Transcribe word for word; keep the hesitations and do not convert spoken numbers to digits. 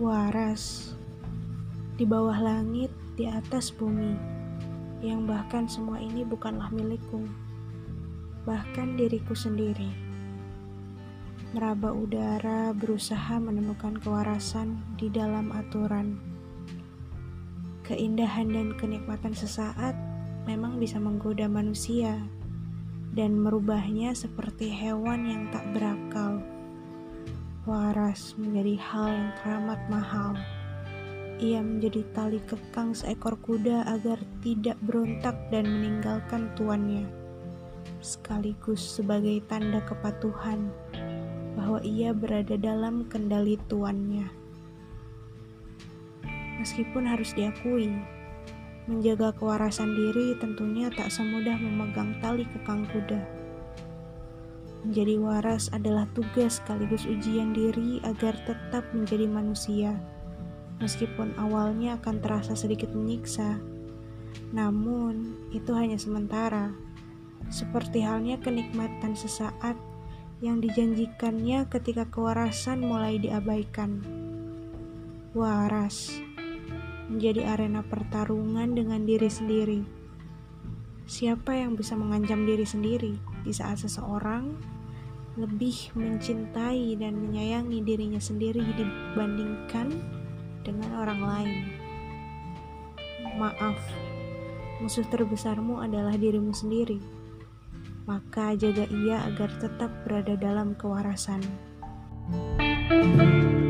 Waras, di bawah langit, di atas bumi, yang bahkan semua ini bukanlah milikku, bahkan diriku sendiri. Meraba udara berusaha menemukan kewarasan di dalam aturan. Keindahan dan kenikmatan sesaat memang bisa menggoda manusia dan merubahnya seperti hewan yang tak berakal. Waras menjadi hal yang teramat mahal. Ia menjadi tali kekang seekor kuda agar tidak berontak dan meninggalkan tuannya, sekaligus sebagai tanda kepatuhan bahwa ia berada dalam kendali tuannya. Meskipun harus diakui, menjaga kewarasan diri tentunya tak semudah memegang tali kekang kuda. Menjadi waras adalah tugas sekaligus ujian diri agar tetap menjadi manusia. Meskipun awalnya akan terasa sedikit menyiksa, namun itu hanya sementara. Seperti halnya kenikmatan sesaat yang dijanjikannya ketika kewarasan mulai diabaikan. Waras menjadi arena pertarungan dengan diri sendiri. Siapa yang bisa mengancam diri sendiri di saat seseorang lebih mencintai dan menyayangi dirinya sendiri dibandingkan dengan orang lain? Maaf, musuh terbesarmu adalah dirimu sendiri. Maka jaga ia agar tetap berada dalam kewarasan.